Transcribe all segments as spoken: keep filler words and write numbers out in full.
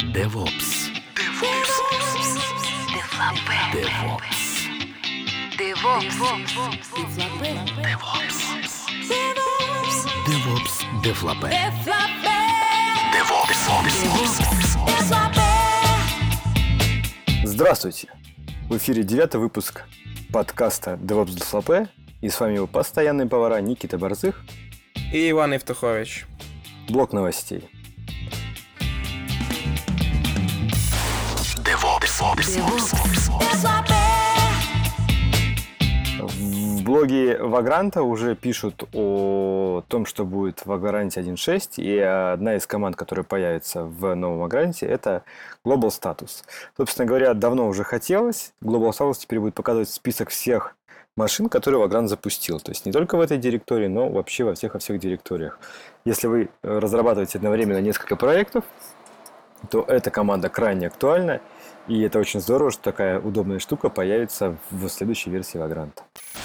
DevOps. DevOps. DevOps. DevOps. DevOps. DevOps. Девлапе. Здравствуйте! В эфире девятый выпуск подкаста DevOps Девлапе. И с вами его постоянные повара Никита Борзых и Иван Евтухович. Блок новостей. В блоге Vagrant уже пишут о том, что будет в Vagrant один точка шесть, и одна из команд, которая появится в новом Vagrant, это Global Status. Собственно говоря, давно уже хотелось. Global Status теперь будет показывать список всех машин, которые Vagrant запустил. То есть не только в этой директории, но вообще во всех, во всех директориях. Если вы разрабатываете одновременно несколько проектов, то эта команда крайне актуальна. И это очень здорово, что такая удобная штука появится в следующей версии Vagrant.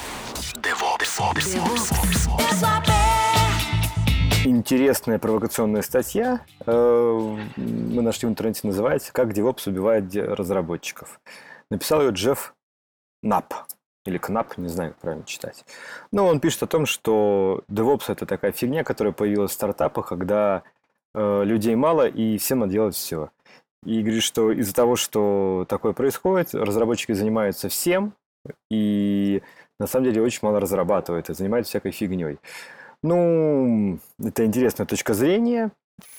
Интересная провокационная статья. Мы нашли в интернете, называется «Как DevOps убивает разработчиков». Написал ее Джефф Кнап. Или Кнап, не знаю, как правильно читать. Но он пишет о том, что DevOps – это такая фигня, которая появилась в стартапах, когда людей мало и всем надо делать все. И говорит, что из-за того, что такое происходит, разработчики занимаются всем и на самом деле очень мало разрабатывают и занимаются всякой фигней. Ну, это интересная точка зрения.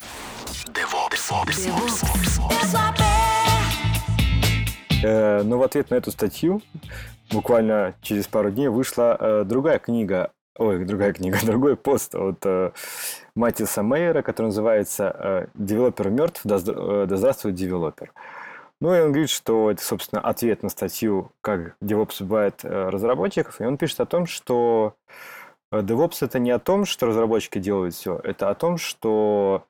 Но в ответ на эту статью буквально через пару дней вышла другая книга, ой, другая книга, другой пост от Матиаса Мейера, который называется «Девелопер мертв, да здравствует девелопер». Ну и он говорит, что это, собственно, ответ на статью «Как DevOps убивает разработчиков». И он пишет о том, что DevOps – это не о том, что разработчики делают все, это о том, что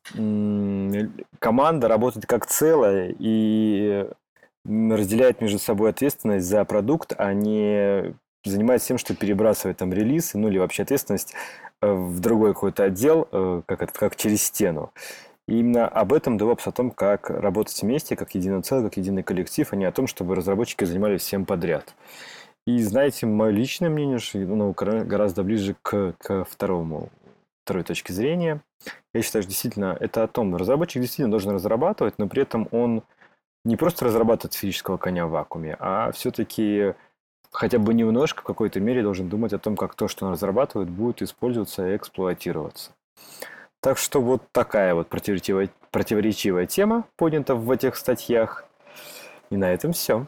команда работает как целое и разделяет между собой ответственность за продукт, а не занимается тем, что перебрасывает там релизы, ну или вообще ответственность в другой какой-то отдел, как, это, как через стену. И именно об этом DevOps, о том, как работать вместе, как единое целое, как единый коллектив, а не о том, чтобы разработчики занимались всем подряд. И знаете, мое личное мнение, что оно гораздо ближе к, к второму, второй точке зрения. Я считаю, что действительно это о том, разработчик действительно должен разрабатывать, но при этом он не просто разрабатывает физического коня в вакууме, а все-таки хотя бы немножко в какой-то мере должен думать о том, как то, что он разрабатывает, будет использоваться и эксплуатироваться. Так что вот такая вот противоречивая, противоречивая тема поднята в этих статьях. И на этом все.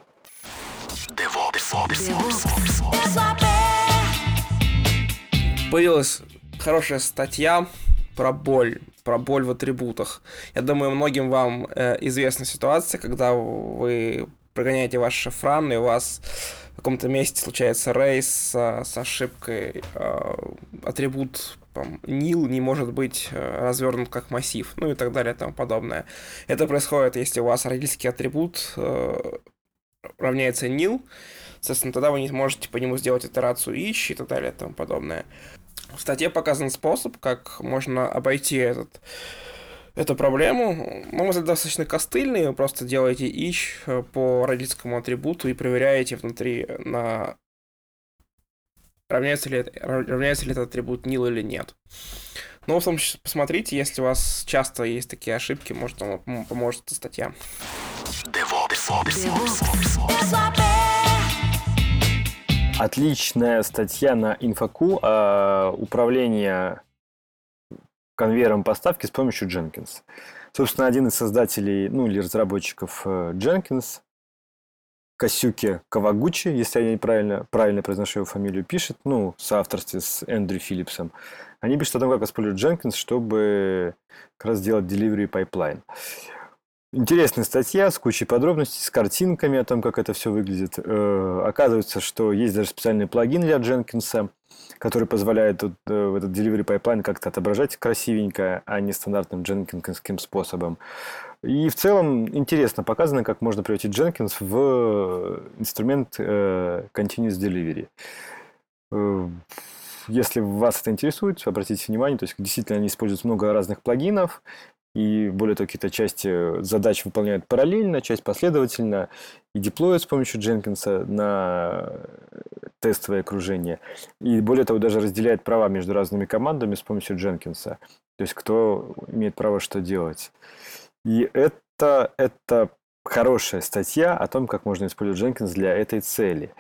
Появилась хорошая статья про боль, про боль в атрибутах. Я думаю, многим вам э, известна ситуация, когда вы прогоняете ваш шафран, и у вас в каком-то месте случается рейс с, с ошибкой. Э, атрибут там, nil не может быть э, развернут как массив, ну и так далее и тому подобное. Это происходит, если у вас родительский атрибут э, равняется nil, соответственно, тогда вы не сможете по нему сделать итерацию each и так далее и тому подобное. В статье показан способ, как можно обойти этот, эту проблему. На мой взгляд, достаточно костыльный. Вы просто делаете each по родительскому атрибуту и проверяете внутри, на равняется ли, равняется ли этот атрибут nil или нет. Но в том числе посмотрите, если у вас часто есть такие ошибки, может, вам поможет эта статья. Отличная статья на InfoQ о управлении конвейером поставки с помощью Jenkins. Собственно, один из создателей, ну или разработчиков Jenkins, Косюки Кавагучи, если я неправильно правильно произношу его фамилию, пишет, ну, в соавторстве с Эндрю Филлипсом. Они пишут о том, как использовать Jenkins, чтобы как раз сделать delivery pipeline. Интересная статья с кучей подробностей, с картинками о том, как это все выглядит. Э, оказывается, что есть даже специальный плагин для Jenkins, который позволяет вот, э, в этот delivery pipeline как-то отображать красивенько, а не стандартным дженкинсским способом. И в целом интересно показано, как можно превратить Jenkins в инструмент э, Continuous Delivery. Э, если вас это интересует, обратите внимание, то есть действительно они используют много разных плагинов. и более того, какие-то части задач выполняют параллельно, часть последовательно, и деплоят с помощью Jenkins на тестовое окружение. И более того, даже разделяет права между разными командами с помощью Jenkins. То есть, кто имеет право что делать. И это, это хорошая статья о том, как можно использовать Jenkins для этой цели.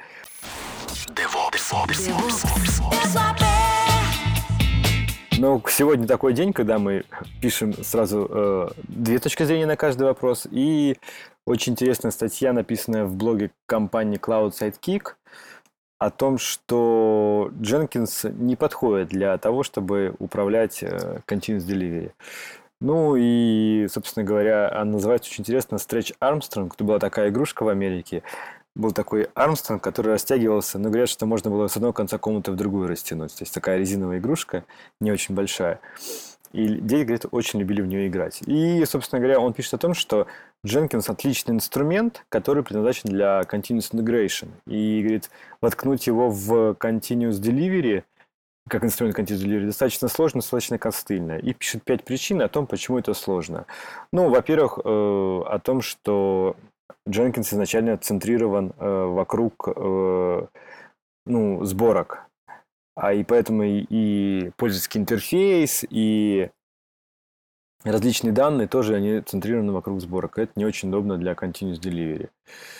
Но сегодня такой день, когда мы пишем сразу э, две точки зрения на каждый вопрос. И очень интересная статья, написанная в блоге компании Cloud Sidekick, о том, что Jenkins не подходит для того, чтобы управлять э, Continuous Delivery. Ну и, собственно говоря, она называется очень интересно Stretch Armstrong. Это была такая игрушка в Америке. Был такой Армстронг, который растягивался, но говорят, что можно было с одного конца комнаты в другую растянуть. То есть такая резиновая игрушка, не очень большая. И дети, говорят, очень любили в нее играть. И, собственно говоря, он пишет о том, что Jenkins отличный инструмент, который предназначен для Continuous Integration. И, говорит, воткнуть его в Continuous Delivery, как инструмент Continuous Delivery, достаточно сложно, достаточно костыльно. И пишет пять причин о том, почему это сложно. Ну, во-первых, э, о том, что Jenkins изначально центрирован э, вокруг э, ну, сборок. А и поэтому и, и пользовательский интерфейс, и различные данные тоже они центрированы вокруг сборок. Это не очень удобно для Continuous Delivery.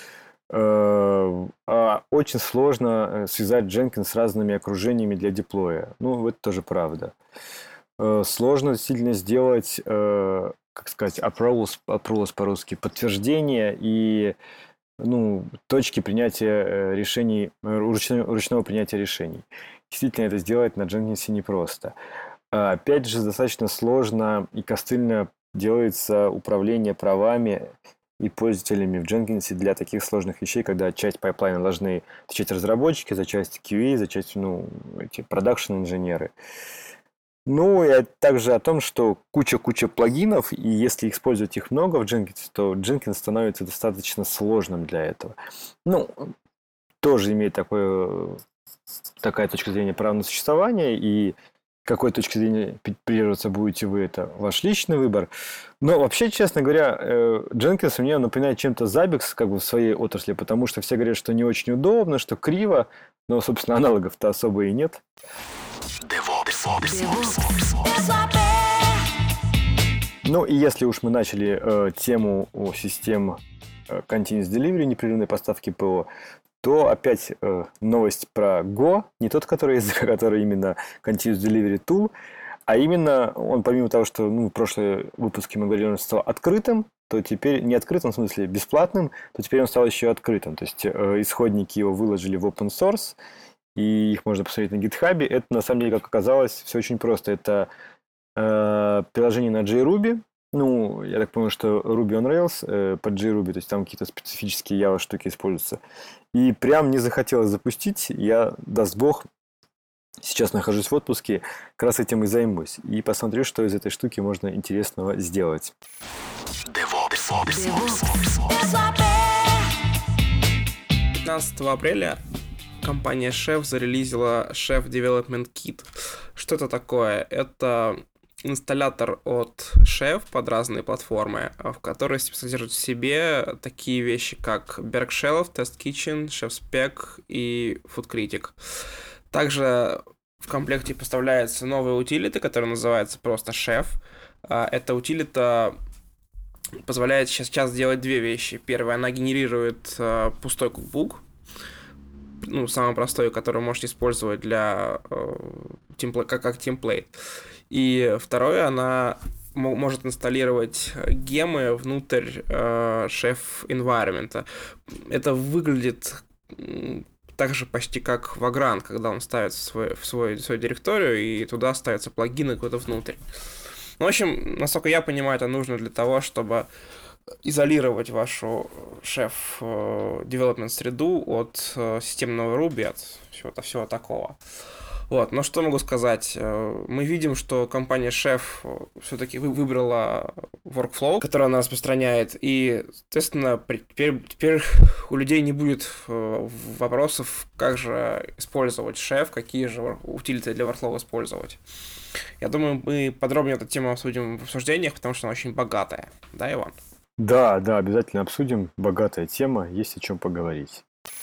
Э, а очень сложно связать Jenkins с разными окружениями для деплоя. Ну, это тоже правда. Э, сложно действительно сделать... Э, как сказать, approvals, approvals по-русски, подтверждение и ну, точки принятия решений, ручного, ручного принятия решений. Действительно, это сделать на Jenkins непросто. Опять же, достаточно сложно и костыльно делается управление правами и пользователями в Jenkins для таких сложных вещей, когда часть пайплайна должны отвечать разработчики, за часть кью эй, за часть ну, эти продакшн-инженеры. Ну, и также о том, что куча-куча плагинов, и если использовать их много в Jenkins, то Jenkins становится достаточно сложным для этого. Ну, тоже имеет такое, такая точка зрения права на существование, и какой точки зрения придерживаться будете вы, это ваш личный выбор. Но вообще, честно говоря, Jenkins мне напоминает чем-то Zabbix как бы в своей отрасли, потому что все говорят, что не очень удобно, что криво, но, собственно, аналогов-то особо и нет. Ну и если уж мы начали э, тему о системе э, Continuous Delivery, непрерывной поставки ПО, то опять э, новость про Go, не тот, который язык, а который именно Continuous Delivery Tool, а именно он, помимо того, что ну, в прошлые выпуски мы говорили, он стал открытым, то теперь не открытым, в смысле бесплатным, то теперь он стал еще открытым. То есть э, исходники его выложили в open source, и их можно посмотреть на GitHub. Это, на самом деле, как оказалось, все очень просто. Это э, приложение на JRuby. Ну, я так понял, что Ruby on Rails э, под JRuby, то есть там какие-то специфические Java штуки используются. И прям не захотелось запустить. Я, даст бог, сейчас нахожусь в отпуске, как раз этим и займусь. И посмотрю, что из этой штуки можно интересного сделать. пятнадцатого апреля компания Chef зарелизила Chef Development Kit. Что это такое? Это инсталлятор от Chef под разные платформы, в которой содержит в себе такие вещи, как Berg Shelf, Test Kitchen, Chef Spec и Food Critic. Также в комплекте поставляется новая утилита, которая называется просто Chef. Эта утилита позволяет сейчас делать две вещи. Первое, она генерирует пустой кукбук, ну, самый простой, который вы можете использовать для э, темпле- как, как темплейт. И второе, она м- может инсталлировать гемы внутрь э, Chef environment. Это выглядит м, так же почти как Vagrant, когда он ставится в, свой, в, свой, в свою директорию, и туда ставятся плагины куда-то внутрь. Ну, в общем, насколько я понимаю, это нужно для того, чтобы изолировать вашу Chef Development среду от системного Ruby, от всего, от всего такого. Вот, но что могу сказать? Мы видим, что компания Chef все-таки выбрала workflow, который она распространяет, и, соответственно, теперь, теперь у людей не будет вопросов, как же использовать Chef, какие же утилиты для workflow использовать. Я думаю, мы подробнее эту тему обсудим в обсуждениях, потому что она очень богатая. Да, Иван? Да, да, обязательно обсудим. Богатая тема, есть о чем поговорить.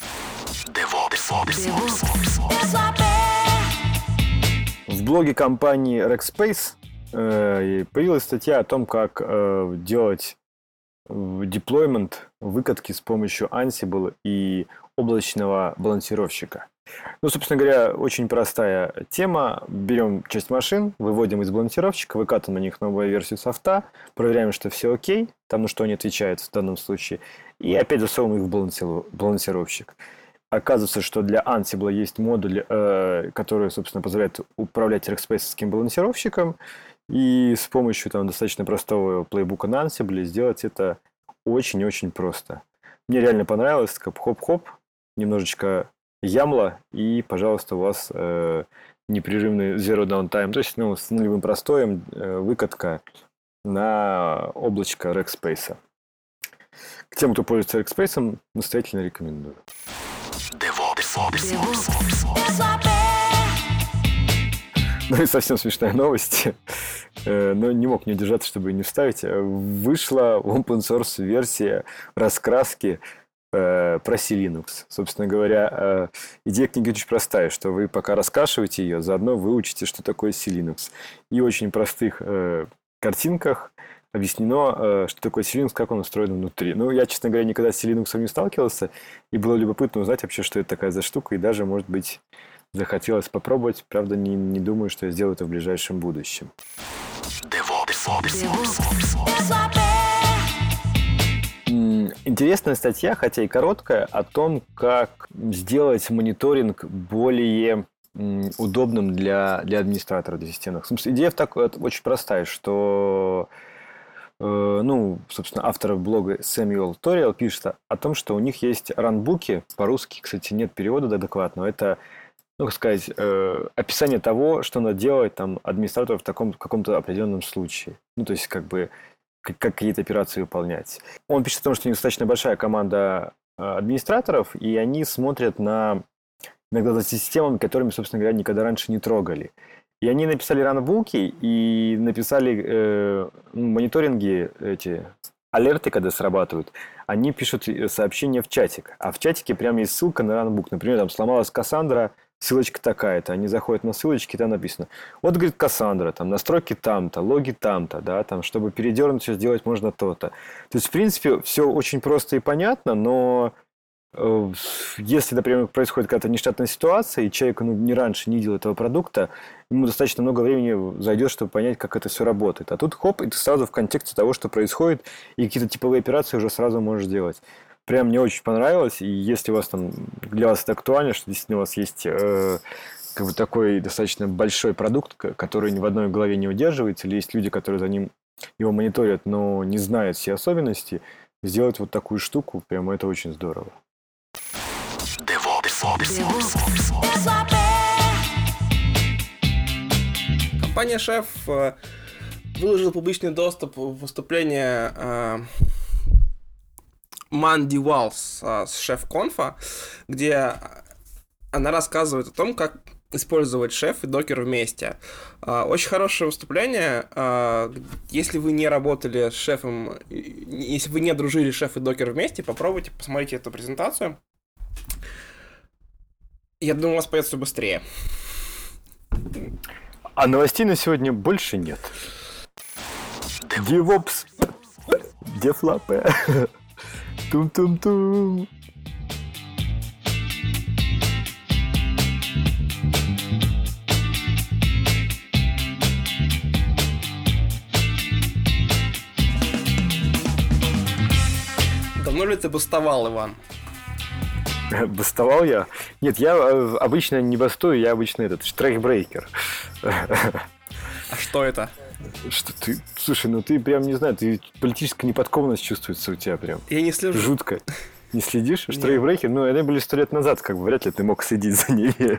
В блоге компании Rackspace э, появилась статья о том, как э, делать деплоймент, выкатки с помощью Ansible и облачного балансировщика. Ну, собственно говоря, очень простая тема. Берем часть машин, выводим из балансировщика, выкатываем на них новую версию софта, проверяем, что все окей, там на что они отвечают в данном случае, и опять засовываем их в балансировщик. Оказывается, что для Ansible есть модуль, э, который, собственно, позволяет управлять Rackspace-ским балансировщиком, и с помощью там, достаточно простого плейбука на Ansible сделать это очень-очень просто. Мне реально понравилось, как хоп-хоп, немножечко ямла, и, пожалуйста, у вас э, непрерывный zero downtime, то есть ну, с нулевым простоем э, выкатка на облачко Rackspace. К тем, кто пользуется Rackspace, настоятельно рекомендую. Ну и совсем смешная новость, но не мог не удержаться, чтобы не вставить. Вышла open source версия раскраски про C-Linux. Собственно говоря, идея книги очень простая, что вы пока раскрашиваете ее, заодно выучите, что такое C-Linux. И в очень простых картинках объяснено, что такое C-Linux, как он устроен внутри. Ну, я, честно говоря, никогда с C-Linux не сталкивался, и было любопытно узнать вообще, что это такая за штука, и даже, может быть, захотелось попробовать. Правда, не, не думаю, что я сделаю это в ближайшем будущем. Интересная статья, хотя и короткая, о том, как сделать мониторинг более удобным для, для администратора, для системных. В смысле, идея так, очень простая, что ну, собственно, автор блога Samuel Toriel пишет о том, что у них есть ранбуки, по-русски, кстати, нет перевода адекватного, это, ну, как сказать, описание того, что надо делать там администратору в таком каком-то определенном случае. Ну, то есть, как бы, как, как какие-то операции выполнять. Он пишет о том, что у них достаточно большая команда администраторов, и они смотрят на иногда за системами, которыми, собственно говоря, никогда раньше не трогали. И они написали ранбуки и написали э, мониторинги, эти алерты, когда срабатывают, они пишут сообщения в чатик. А в чатике прямо есть ссылка на ранбук. Например, там сломалась Кассандра, ссылочка такая-то. Они заходят на ссылочки, там написано. Вот, говорит, Кассандра, там настройки там-то, логи там-то, да, там, чтобы передернуть все сделать можно то-то. То есть, в принципе, все очень просто и понятно, но если, например, происходит какая-то нештатная ситуация, и человек ну, не раньше не видел этого продукта, ему достаточно много времени зайдет, чтобы понять, как это все работает. А тут хоп, и ты сразу в контексте того, что происходит, и какие-то типовые операции уже сразу можешь делать. Прям мне очень понравилось, и если у вас там, для вас это актуально, что действительно у вас есть э, как бы такой достаточно большой продукт, который ни в одной голове не удерживается, или есть люди, которые за ним его мониторят, но не знают все особенности, сделать вот такую штуку, прямо это очень здорово. Компания Chef выложила публичный доступ в выступление Манди Уалс с Chef.conf, где она рассказывает о том, как использовать Chef и Docker вместе. Очень хорошее выступление. Если вы не работали с Chef'ом, если вы не дружили Chef и Docker вместе, попробуйте, посмотрите эту презентацию. Я думаю, у вас пойдет все быстрее. А новостей на сегодня больше нет. DevOps. Дефлапе. Тум-тум-тум. Давно ли ты бастовал, Иван? Бастовал я? Нет, я обычно не бастую, я обычно этот штрейкбрейкер. А что это? Что ты? Слушай, ну ты прям не знаю, ты политическая неподкованность чувствуется у тебя прям. Я не слежу. Жутко. Не следишь? Нет. Штрафы брейки, ну, они были сто лет назад, как бы вряд ли ты мог следить за ними.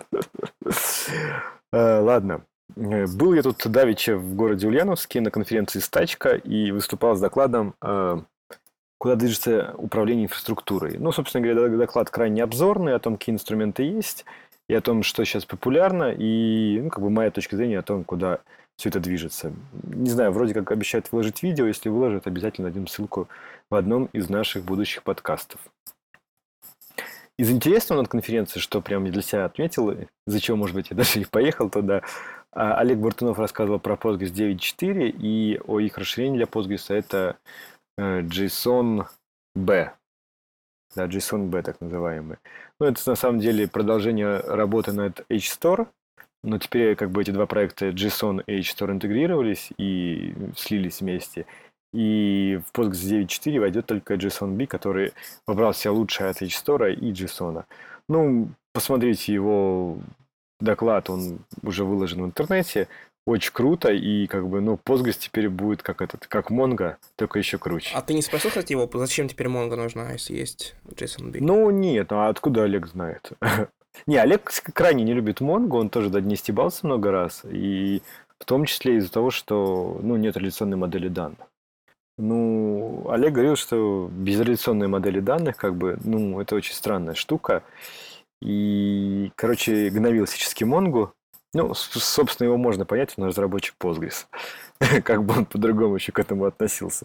Э, Ладно. Э, Был я тут давеча в городе Ульяновске на конференции «Стачка» и выступал с докладом, э, куда движется управление инфраструктурой. Ну, собственно говоря, д- доклад крайне обзорный о том, какие инструменты есть, и о том, что сейчас популярно, и, ну, как бы моя точка зрения о том, куда все это движется. Не знаю, вроде как обещают выложить видео, если выложат, обязательно дадим ссылку в одном из наших будущих подкастов. Из интересного над конференцией, что прям я для себя отметил, из-за чего, может быть, я даже и поехал туда, а, Олег Бартунов рассказывал про Postgres девять точка четыре и о их расширении для Postgres, это э, JSON-B. Да, JSON-B так называемый. Ну, это на самом деле продолжение работы над эйч стор, но теперь как бы эти два проекта JSON и эйч стор интегрировались и слились вместе. И в Postgres девять точка четыре войдет только JSON-B, который выбрал себе лучшее от эйч стор и JSON. Ну, посмотрите его доклад, он уже выложен в интернете. Очень круто, и как бы, ну, Postgres теперь будет как этот, как Mongo, только еще круче. А ты не спросил, кстати, его, зачем теперь Mongo нужна, если есть JSON-B? Ну, нет, ну а откуда Олег знает? Не, Олег крайне не любит Mongo, он тоже до дней стебался много раз, и в том числе из-за того, что, ну, нет реляционной модели данных. Ну, Олег говорил, что безреляционные модели данных, как бы, ну, это очень странная штука. И, короче, гнобил всячески Mongo. Ну, с- собственно, его можно понять, он разработчик Postgres. Как бы он по-другому еще к этому относился.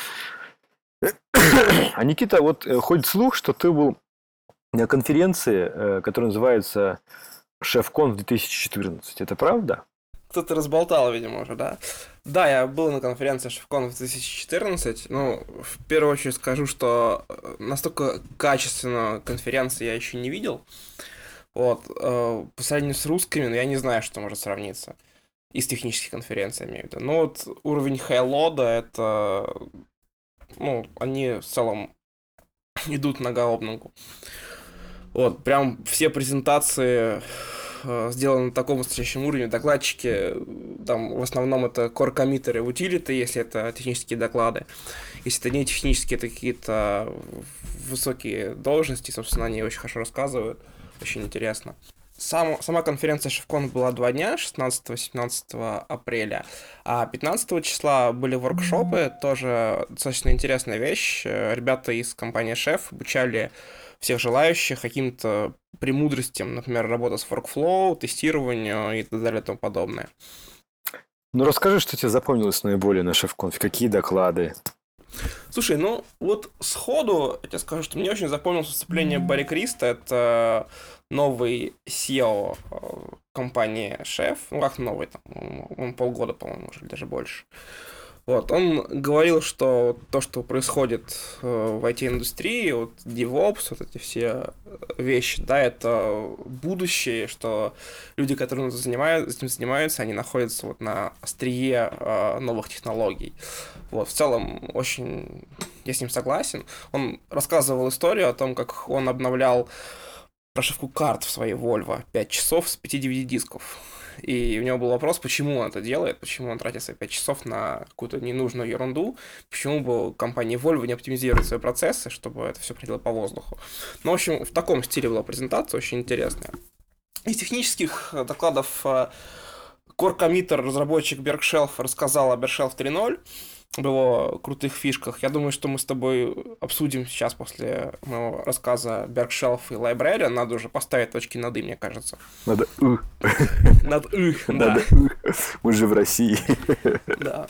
А Никита, вот э, ходит слух, что ты был на конференции, э, которая называется Шеф-Конф две тысячи четырнадцать. Это правда? Кто-то разболтал, видимо, уже, да? Да, я был на конференции Шефконф две тысячи четырнадцать. Ну, в первую очередь скажу, что э, настолько качественно конференции я еще не видел. Вот, э, по сравнению с русскими, ну, я не знаю, что может сравниться. Из технических конференций, я имею в виду. Ну, вот уровень хайлода, это... Ну, они в целом идут нога об ногу. Вот, прям все презентации э, сделаны на таком настоящем уровне. Докладчики, э, там в основном это core-коммиттеры, утилиты, если это технические доклады. Если это не технические, это какие-то высокие должности, собственно, они очень хорошо рассказывают. Очень интересно. Сам, сама конференция Шефконф была два дня, шестнадцатого-семнадцатого апреля, а пятнадцатого числа были воркшопы, тоже достаточно интересная вещь. Ребята из компании Шеф обучали всех желающих каким-то премудростям, например, работа с workflow, тестированию и так далее и тому подобное. Ну, расскажи, что тебе запомнилось наиболее на Шеф-Конфе. Какие доклады? Слушай, ну вот сходу я тебе скажу, что мне очень запомнилось выступление Барри Криста, это новый си и о компании Шеф, ну как новый, там, он полгода, по-моему, уже, или даже больше. Вот, он говорил, что то, что происходит в ай ти-индустрии, вот DevOps, вот эти все вещи, да, это будущее, что люди, которые этим занимаются, этим занимаются, они находятся вот на острие э, новых технологий. Вот, в целом, очень я с ним согласен. Он рассказывал историю о том, как он обновлял прошивку карт в своей Volvo пять часов с пяти ди ви ди-дисков. И у него был вопрос, почему он это делает, почему он тратит свои пять часов на какую-то ненужную ерунду, почему бы компания Volvo не оптимизирует свои процессы, чтобы это все проходило по воздуху. Ну, в общем, в таком стиле была презентация, очень интересная. Из технических докладов core-коммиттер, разработчик Bergshelf, рассказал о Bergshelf три ноль, об его крутых фишках. Я думаю, что мы с тобой обсудим сейчас после моего рассказа Bergshelf и Library. Надо уже поставить точки над «и», мне кажется. Надо «ы». Над «ы», да. Надо «ы». Мы же в России. Да.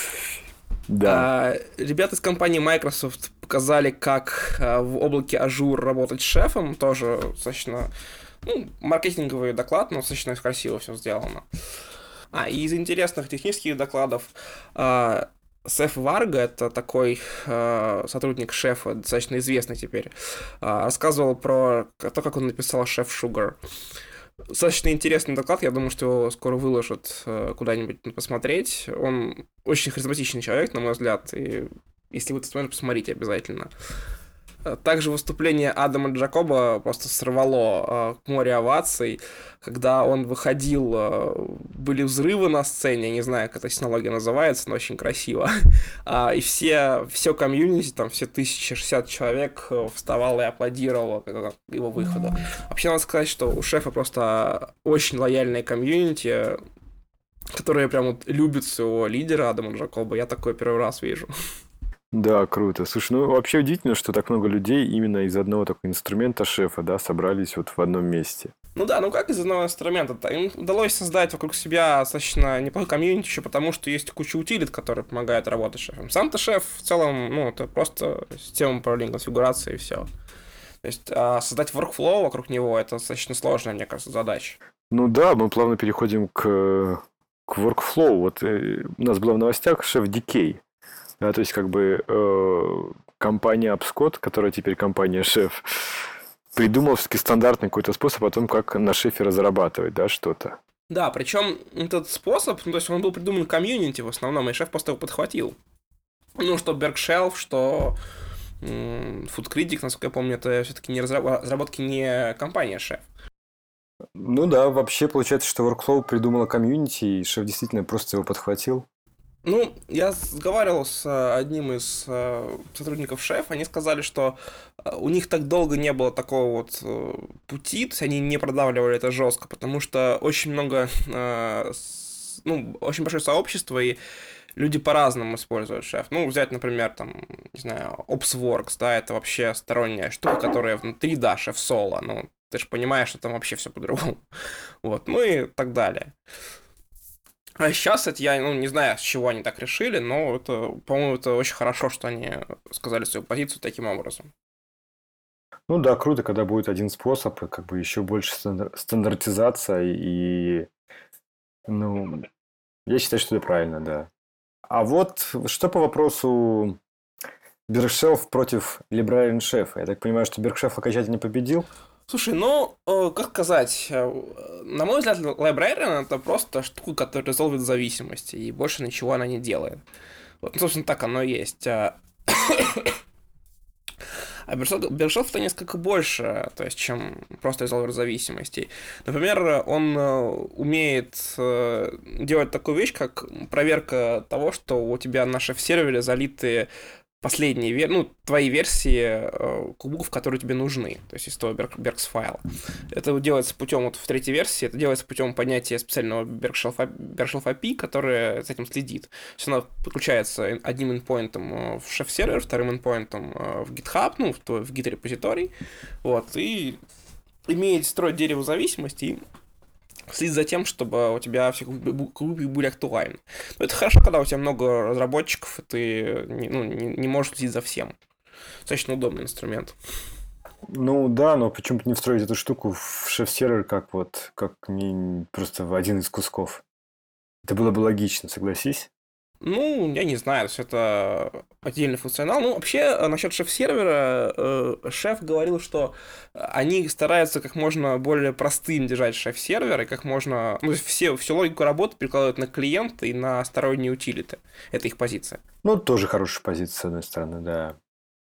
Да. А, ребята из компании Microsoft показали, как а, в облаке Azure работать с шефом. Тоже достаточно, ну, маркетинговый доклад, но достаточно красиво все сделано. А, и из интересных технических докладов а, Сеф Варга, это такой э, сотрудник Шефа, достаточно известный теперь, э, рассказывал про то, как он написал Шеф Sugar. Достаточно интересный доклад, я думаю, что его скоро выложат э, куда-нибудь посмотреть. Он очень харизматичный человек, на мой взгляд, и если вы это смотрите, посмотрите обязательно. Также выступление Адама Джакоба просто сорвало э, море оваций, когда он выходил, э, были взрывы на сцене, я не знаю, как эта технология называется, но очень красиво. А, и все, все комьюнити, там все тысяча шестьдесят человек э, вставало и аплодировало его выходу. Вообще, надо сказать, что у Шефа просто очень лояльное комьюнити, которое прям вот любит своего лидера Адама Джакоба. Я такое первый раз вижу. Да, круто. Слушай, ну вообще удивительно, что так много людей именно из одного такого инструмента Шефа, да, собрались вот в одном месте. Ну да, ну как из одного инструмента-то? Им удалось создать вокруг себя достаточно неплохой комьюнити еще потому, что есть куча утилит, которые помогают работать шефом. Сам-то шеф в целом, ну, это просто система управления конфигурацией и все. То есть а создать workflow вокруг него — это достаточно сложная, мне кажется, задача. Ну да, мы плавно переходим к, к workflow. Вот э, у нас была в новостях шеф ди кей. Да, то есть, как бы э, компания Апскот, которая теперь компания Шеф, придумала все-таки стандартный какой-то способ о том, как на Шефе разрабатывать, да, что-то. Да, причем этот способ, ну, то есть он был придуман комьюнити в основном, и Шеф просто его подхватил. Ну, что Bergshelf, что м- Food Critic, насколько я помню, это все-таки не разраб- разработки не компания Шеф. Ну да, вообще получается, что workflow придумала комьюнити, и Шеф действительно просто его подхватил. Ну, я разговаривал с одним из сотрудников Шеф, они сказали, что у них так долго не было такого вот пути, то есть они не продавливали это жестко, потому что очень много, ну, очень большое сообщество, и люди по-разному используют Шеф. Ну, взять, например, там, не знаю, OpsWorks, да, это вообще сторонняя штука, которая внутри, да, Шеф Соло, ну, ты же понимаешь, что там вообще все по-другому. Вот, ну и так далее. А сейчас это я, ну, не знаю, с чего они так решили, но это, по-моему, это очень хорошо, что они сказали свою позицию таким образом. Ну да, круто, когда будет один способ, и как бы еще больше стандартизация, и, ну, я считаю, что это правильно, да. А вот что по вопросу Bergshelf против Librarian Chef? Я так понимаю, что Bergshelf окончательно победил? Слушай, ну, э, как сказать, э, на мой взгляд, Librarian — это просто штука, которая резолвит зависимости, и больше ничего она не делает. Вот, ну, собственно, так оно и есть. А Bergshelf — это несколько больше, то есть, чем просто резолвер зависимостей. Например, он умеет делать такую вещь, как проверка того, что у тебя на шеф-сервере залиты последние, вер... ну, твои версии э, кубов, которые тебе нужны, то есть из твоего Bergs файла. Это делается путем, вот в третьей версии, это делается путем поднятия специального Bergshelf эй пи ай, который с этим следит. То есть она подключается одним endpoint'ом в шеф-сервер, вторым endpoint'ом в GitHub, ну, в, в Git-репозиторий, вот, и имеет строить дерево зависимости, следить за тем, чтобы у тебя все кубы были актуальны. Но это хорошо, когда у тебя много разработчиков, и ты не, ну, не, не можешь следить за всем. Достаточно удобный инструмент. Ну да, но почему-то не встроить эту штуку в шеф-сервер как вот, как не просто в один из кусков. Это было бы логично, согласись? Ну, я не знаю, то есть это отдельный функционал. Ну, вообще, насчет шеф-сервера, э, шеф говорил, что они стараются как можно более простым держать шеф-сервер, и как можно... Ну, все, всю логику работы перекладывают на клиент и на сторонние утилиты. Это их позиция. Ну, тоже хорошая позиция, с одной стороны, да.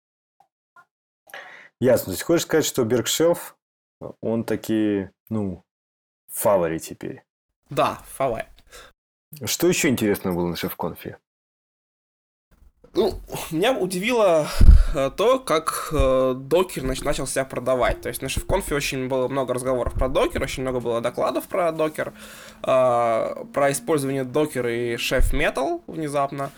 Ясно. То есть, хочешь сказать, что Bergshelf, он таки, ну, в фаворе теперь? Да, в фаворе. Что еще интересного было на шеф-конфе? Ну, меня удивило то, как докер начал себя продавать. То есть на шеф-конфе очень было много разговоров про докер, очень много было докладов про докер, про использование докера и шеф-метал внезапно.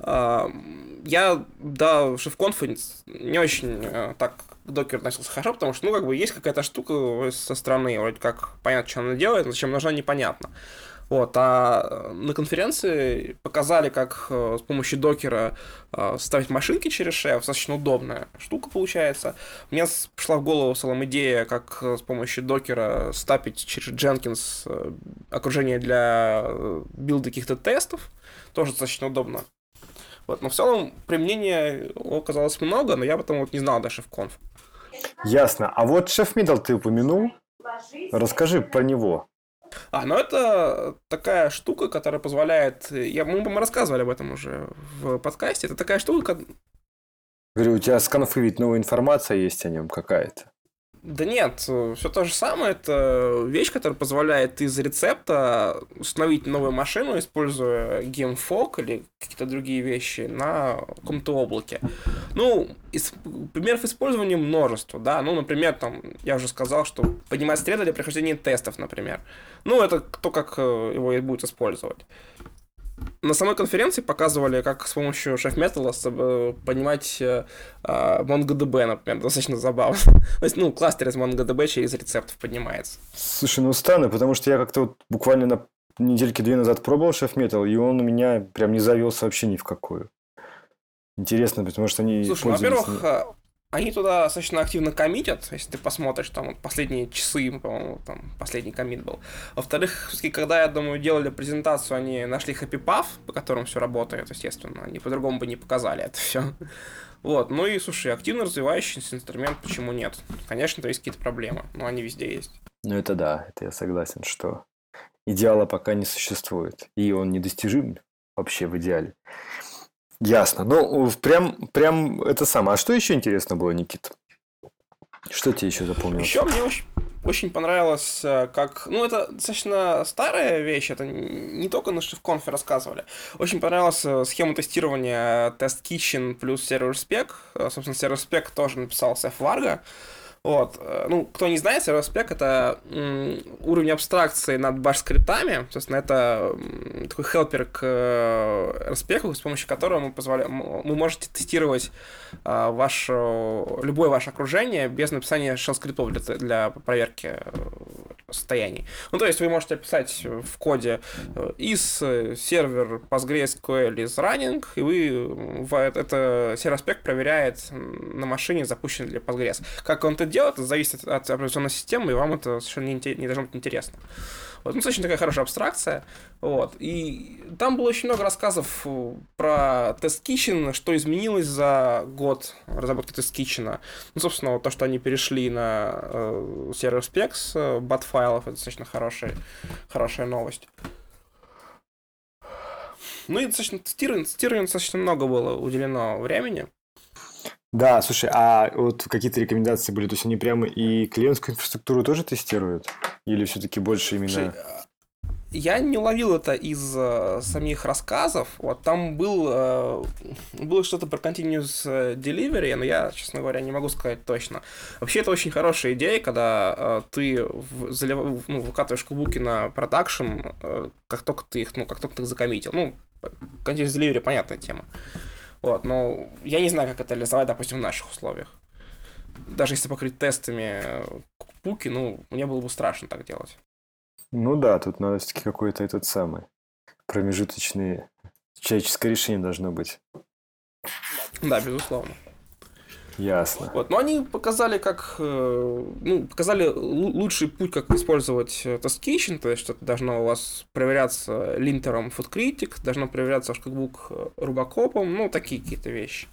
Я до шеф-конфа не очень так к докеру относился хорошо, потому что, ну, как бы есть какая-то штука со стороны, вроде как понятно, что она делает, но зачем нужна, непонятно. Вот, а на конференции показали, как с помощью докера ставить машинки через шеф, достаточно удобная штука получается. Мне пришла в голову в целом идея, как с помощью докера стапить через Jenkins окружение для билда каких-то тестов, тоже достаточно удобно. Вот, но в целом применения оказалось много, но я потом вот не знал даже в конф. Ясно. А вот шеф-метал ты упомянул. Расскажи про него. А, ну это такая штука, которая позволяет... Я, мы, мы рассказывали об этом уже в подкасте. Это такая штука, Говорю, у тебя с конфы ведь новая информация есть о нем какая-то. Да нет, все то же самое. Это вещь, которая позволяет из рецепта установить новую машину, используя GameFog или какие-то другие вещи на каком-то облаке. Ну, из, примеров использования множество, да. Ну, например, там, я уже сказал, что поднимать стрелы для прохождения тестов, например. Ну, это кто как его и будет использовать. На самой конференции показывали, как с помощью ShefMetal поднимать э, MongoDB, например, достаточно забавно. То есть, ну, кластер из MongoDB через рецептов поднимается. Слушай, ну странно, потому что я как-то вот буквально на недельки две назад пробовал ShefMetal, и он у меня прям не завелся вообще ни в какую. Интересно, потому что они Слушай, во-первых, не... они туда достаточно активно коммитят, если ты посмотришь, там вот последние часы, по-моему, там последний коммит был. Во-вторых, когда, я думаю, делали презентацию, они нашли Happy Path, по которому все работает, естественно, они по-другому бы не показали это все. Вот, ну и, слушай, активно развивающийся инструмент, почему нет? Конечно, то есть какие-то проблемы, но они везде есть. Ну это да, это я согласен, что идеала пока не существует, и он недостижим вообще в идеале. Ясно. Ну, прям, прям это самое. А что еще интересно было, Никита? Что тебе еще запомнилось? Еще мне очень, очень понравилось, как... Ну, это достаточно старая вещь, это не только на ShefConf рассказывали. Очень понравилась схема тестирования Test Kitchen плюс Server Spec. Собственно, Server Spec тоже написал Сеф Варга. Вот. Ну, кто не знает, Server Spec — это м, уровень абстракции над баш-скриптами. Собственно, это м, такой хелпер к э, RSpec, с помощью которого мы позволяем, вы можете тестировать э, ваш, любое ваше окружение без написания shell-скриптов для, для проверки состояний. Ну, то есть вы можете описать в коде is сервер PostgreSQL is running, и вы это Server Spec проверяет на машине, запущенной для Postgres. Как он это делает, это зависит от операционной системы, и вам это совершенно не, не должно быть интересно. Вот, ну, достаточно такая хорошая абстракция. Вот. И там было очень много рассказов про Test Kitchen, что изменилось за год разработки Test Kitchen. Ну, собственно, вот то, что они перешли на э, Server Specs, бат-файлов, это достаточно хорошая, хорошая новость. Ну и достаточно тестированию, тестированию достаточно много было уделено времени. Да, слушай, а вот какие-то рекомендации были? То есть они прямо и клиентскую инфраструктуру тоже тестируют? Или все-таки больше именно... Слушай, я не уловил это из э, самих рассказов. Вот там был, э, было что-то про continuous delivery, но я, честно говоря, не могу сказать точно. Вообще, это очень хорошая идея, когда э, ты в, залив, ну, выкатываешь кубуки на продакшн, э, как только ты их, ну, как только ты их закоммитил. Ну, continuous delivery — понятная тема. Вот, но я не знаю, как это реализовать, допустим, в наших условиях. Даже если покрыть тестами кубуки, ну, мне было бы страшно так делать. Ну да, тут надо все-таки какой-то этот самый промежуточный человеческое решение должно быть. Да, безусловно. Ясно. Вот, но они показали, как, ну, показали лучший путь, как использовать Test Kitchen, то есть что это должно у вас проверяться линтером FootCritic, должно проверяться ваш кукбук рубакопом, ну, такие какие-то вещи.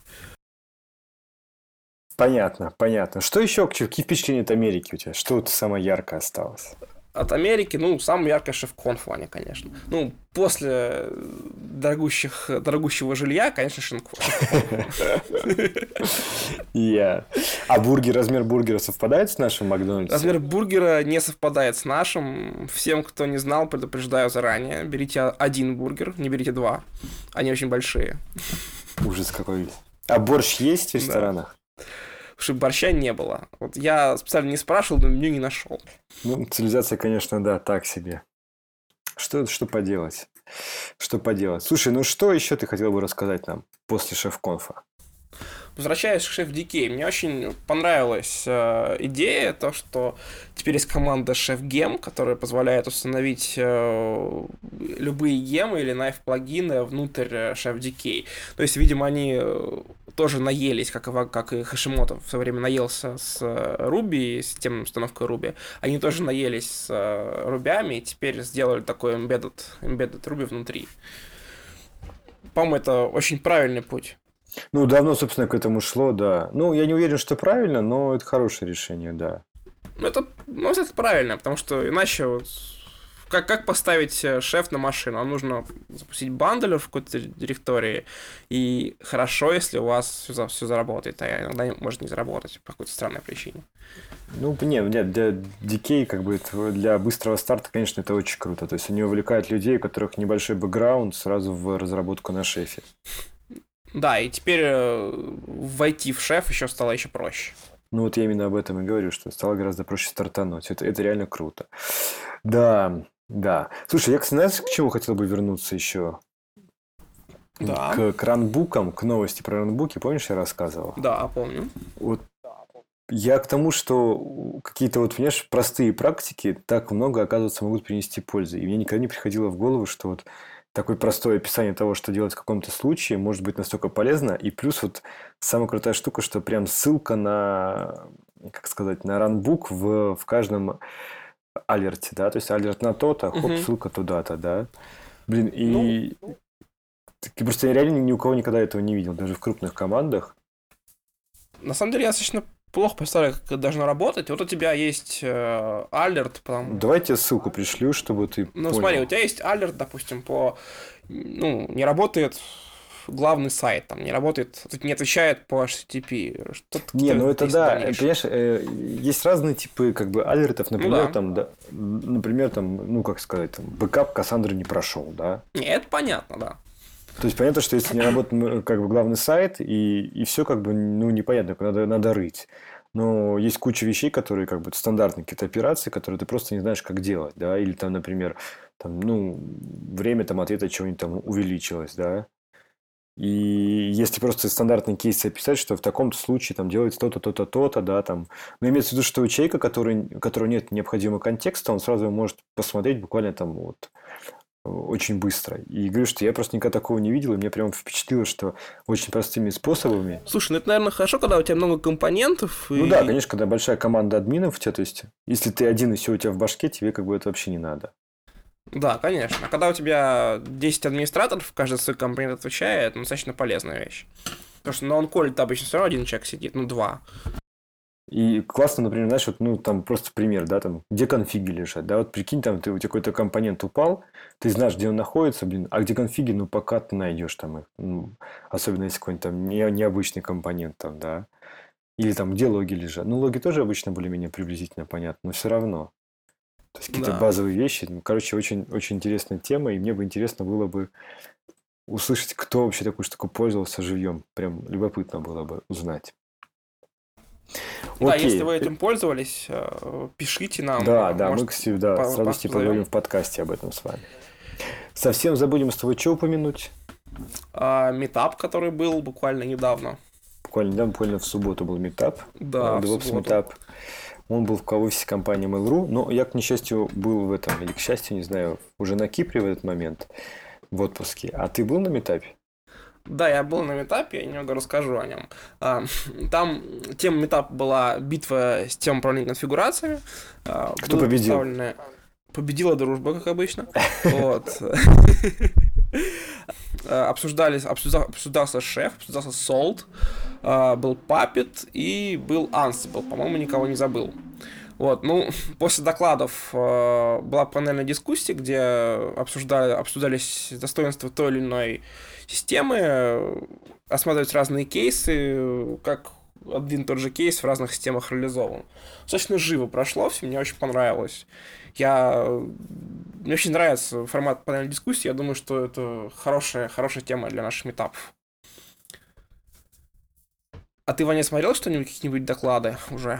Понятно, понятно. Что еще, какие впечатления от Америки у тебя? Что вот самое яркое осталось? От Америки, ну, самое яркое ShefConf, Ваня, конечно. Ну, после дорогущих, дорогущего жилья, конечно, ShefConf. Я. А бургер, размер бургера совпадает с нашим Макдональдсом? Размер бургера не совпадает с нашим. Всем, кто не знал, предупреждаю заранее. Берите один бургер, не берите два. Они очень большие. Ужас какой. А борщ есть в ресторанах? Потому что борща не было. Вот я специально не спрашивал, но меню не нашел. Ну, цивилизация, конечно, да, так себе. Что, что поделать? Что поделать? Слушай, ну что еще ты хотел бы рассказать нам после ShefConf? Возвращаясь к ShefDK, мне очень понравилась э, идея, то, что теперь есть команда ShefGem, которая позволяет установить э, любые гемы или knife-плагины внутрь ShefDK. То есть, видимо, они тоже наелись, как и, как и Hashimoto в свое время наелся с Ruby, с системной установкой Ruby. Они тоже наелись с Ruby'ами и теперь сделали такой embedded, embedded Ruby внутри. По-моему, это очень правильный путь. Ну, давно, собственно, к этому шло, да. Ну, я не уверен, что правильно, но это хорошее решение, да. Ну, это, ну, это правильно, потому что иначе вот как, как поставить э, шеф на машину? Вам нужно запустить бандлер в какой-то директории, и хорошо, если у вас все, все заработает, а иногда может не заработать по какой-то странной причине. Ну, не, нет, для ди кей, как бы, это для быстрого старта, конечно, это очень круто. То есть они увлекают людей, у которых небольшой бэкграунд, сразу в разработку на шефе. Да, и теперь э, войти в шеф еще стало еще проще. Ну, вот я именно об этом и говорю, что стало гораздо проще стартануть. Это, это реально круто. Да, да. Слушай, я, знаешь, к чему хотел бы вернуться еще? Да. К, к ранбукам, к новости про ранбуки. Помнишь, я рассказывал? Да, помню. Вот я к тому, что какие-то вот, понимаешь, простые практики так много, оказывается, могут принести пользу. И мне никогда не приходило в голову, что вот такое простое описание того, что делать в каком-то случае, может быть настолько полезно. И плюс вот самая крутая штука, что прям ссылка на, как сказать, на ранбук в, в каждом алерте, да, то есть алерт на то-то, хоп, Мгм. ссылка туда-то, да. Блин, и ты просто реально ни у кого никогда этого не видел, даже в крупных командах. На самом деле я достаточно плохо представляю, как это должно работать. Вот у тебя есть э, алерт, потому... Давай тебе ссылку пришлю, чтобы ты Ну, понял. смотри, у тебя есть алерт, допустим, по... Ну, не работает главный сайт, там, не работает, не отвечает по эйч ти ти пи. Что-то Не, ну это да, дальнейшее. понимаешь, э, есть разные типы как бы алертов, например, Ну да. там, да, например, там, ну как сказать, там, бэкап Кассандры не прошел, да. Не, это понятно, да. То есть понятно, что если не работает как бы главный сайт, и, и все как бы, ну, непонятно, надо, надо рыть. Но есть куча вещей, которые как бы стандартные какие-то операции, которые ты просто не знаешь, как делать, да, или там, например, там, ну, время там ответа чего-нибудь там увеличилось, да. И если просто стандартные кейсы описать, что в таком-то случае там делается то-то, то-то, то-то, да, там. Но имеется в виду, что у человека, который, у которого нет необходимого контекста, он сразу может посмотреть буквально там вот очень быстро. И говорю, что я просто никогда такого не видел, и мне прям впечатлило, что очень простыми способами. Слушай, ну это, наверное, хорошо, когда у тебя много компонентов. И... Ну да, конечно, когда большая команда админов у тебя, то есть, если ты один и все у тебя в башке, тебе как бы это вообще не надо. Да, конечно. А когда у тебя десять администраторов, каждый свой компонент отвечает, это достаточно полезная вещь. Потому что на онколе-то обычно все равно один человек сидит, ну два. И классно, например, знаешь, вот, ну, там просто пример, да, там, где конфиги лежат, да, вот прикинь, там, ты, у тебя какой-то компонент упал, ты знаешь, где он находится, блин, а где конфиги, ну, пока ты найдешь там их, ну, особенно если какой-нибудь там не, необычный компонент там, да, или там, где логи лежат, ну, логи тоже обычно более-менее приблизительно понятно, но все равно, то есть какие-то Да. базовые вещи, ну, короче, очень, очень интересная тема, и мне бы интересно было бы услышать, кто вообще такую штуку пользовался живьем, прям любопытно было бы узнать. Да, Окей. если вы этим пользовались, э, пишите нам. Да, э, да, может, мы, кстати, да, по- с радостью позовем. поговорим в подкасте об этом с вами. Совсем забудем с тобой что упомянуть? А, Митап, который был буквально недавно. Буквально недавно, буквально в субботу был митап. Да, в DevOps субботу. митап. Он был в офисе компании Mail.ru, но я, к несчастью, был в этом, или к счастью, не знаю, уже на Кипре в этот момент, в отпуске. А ты был на митапе? Да, я был на митапе, я немного расскажу о нем. А, там тема митапа была битва с темой управления конфигурациями. А, Кто было победил? представлено- Победила дружба, как обычно. Вот. Обсуждались, обсужда- обсуждался шеф, обсуждался Salt, а, был Puppet и был Ansible, по-моему, никого не забыл. Вот, ну, после докладов э, была панельная дискуссия, где обсуждали, обсуждались достоинства той или иной системы, э, осматривать разные кейсы, как один и тот же кейс в разных системах реализован. Достаточно живо прошло, все, мне очень понравилось. Я... Мне очень нравится формат панельной дискуссии, я думаю, что это хорошая, хорошая тема для наших митапов. А ты, Ваня, смотрел что-нибудь, какие-нибудь доклады уже?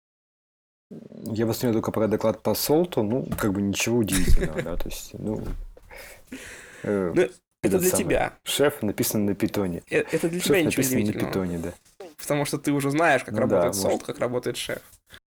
Я посмотрел только про доклад по Солту, ну, как бы ничего удивительного, да, то есть, ну... э, Ну, это этот для самый тебя. Шеф написан на питоне. Э, Это для Шеф тебя ничего написан на удивительного. питоне, да. Потому что ты уже знаешь, как Ну работает да, Salt, может. как работает шеф.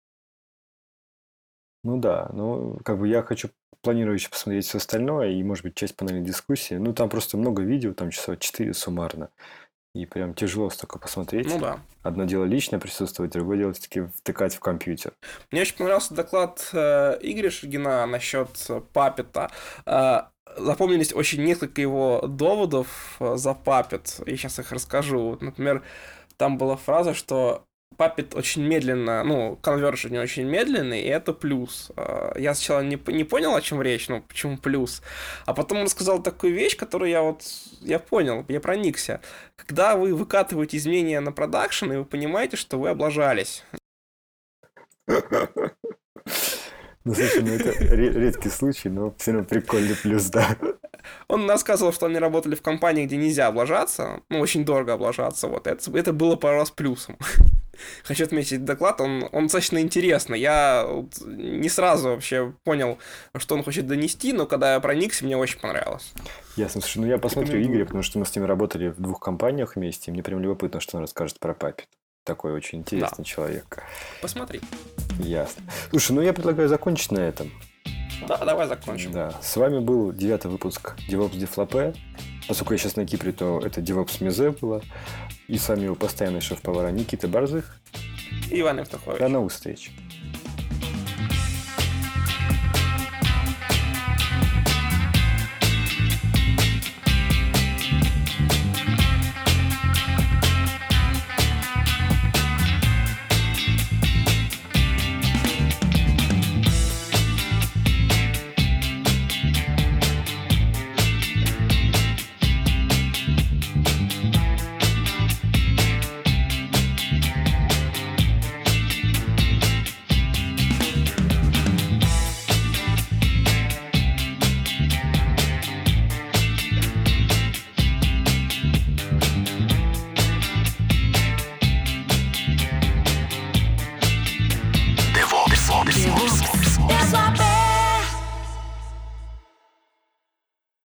Ну да, ну как бы я хочу, планирую еще посмотреть все остальное и, может быть, часть панельной дискуссии. Ну там просто много видео, там часа четыре суммарно. И прям тяжело столько посмотреть. Ну да. Одно дело лично присутствовать, другое дело все-таки втыкать в компьютер. Мне очень понравился доклад э, Игоря Шульгина насчет Паппета. Э, запомнились очень несколько его доводов э, за Puppet. Я сейчас их расскажу. Вот, например, там была фраза, что Puppet очень медленно, ну, конвержен не очень медленный, и это плюс. Я сначала не, не понял, о чем речь, ну, почему плюс. А потом он сказал такую вещь, которую я вот, я понял, я проникся. Когда вы выкатываете изменения на продакшн, и вы понимаете, что вы облажались. Ну, слушай, ну это редкий случай, но все равно прикольный плюс, да. Он рассказывал, что они работали в компании, где нельзя облажаться, ну, очень дорого облажаться, вот, это, это было пару раз плюсом. Хочу отметить доклад, он, он достаточно интересный. Я вот не сразу вообще понял, что он хочет донести, но когда я проникся, мне очень понравилось. Ясно. Слушай, ну я посмотрю Игоря, потому что мы с ним работали в двух компаниях вместе, и мне прям любопытно, что он расскажет про Puppet. Такой очень интересный да. человек. Посмотри. Ясно. Слушай, ну я предлагаю закончить на этом. Да, давай закончим. Да. С вами был девятый выпуск DevOps Deflopé. Поскольку я сейчас на Кипре, то это DevOps Мизе было. И с вами его постоянный шеф-повара Никита Борзых. И Иван Евтухович. До новых встреч.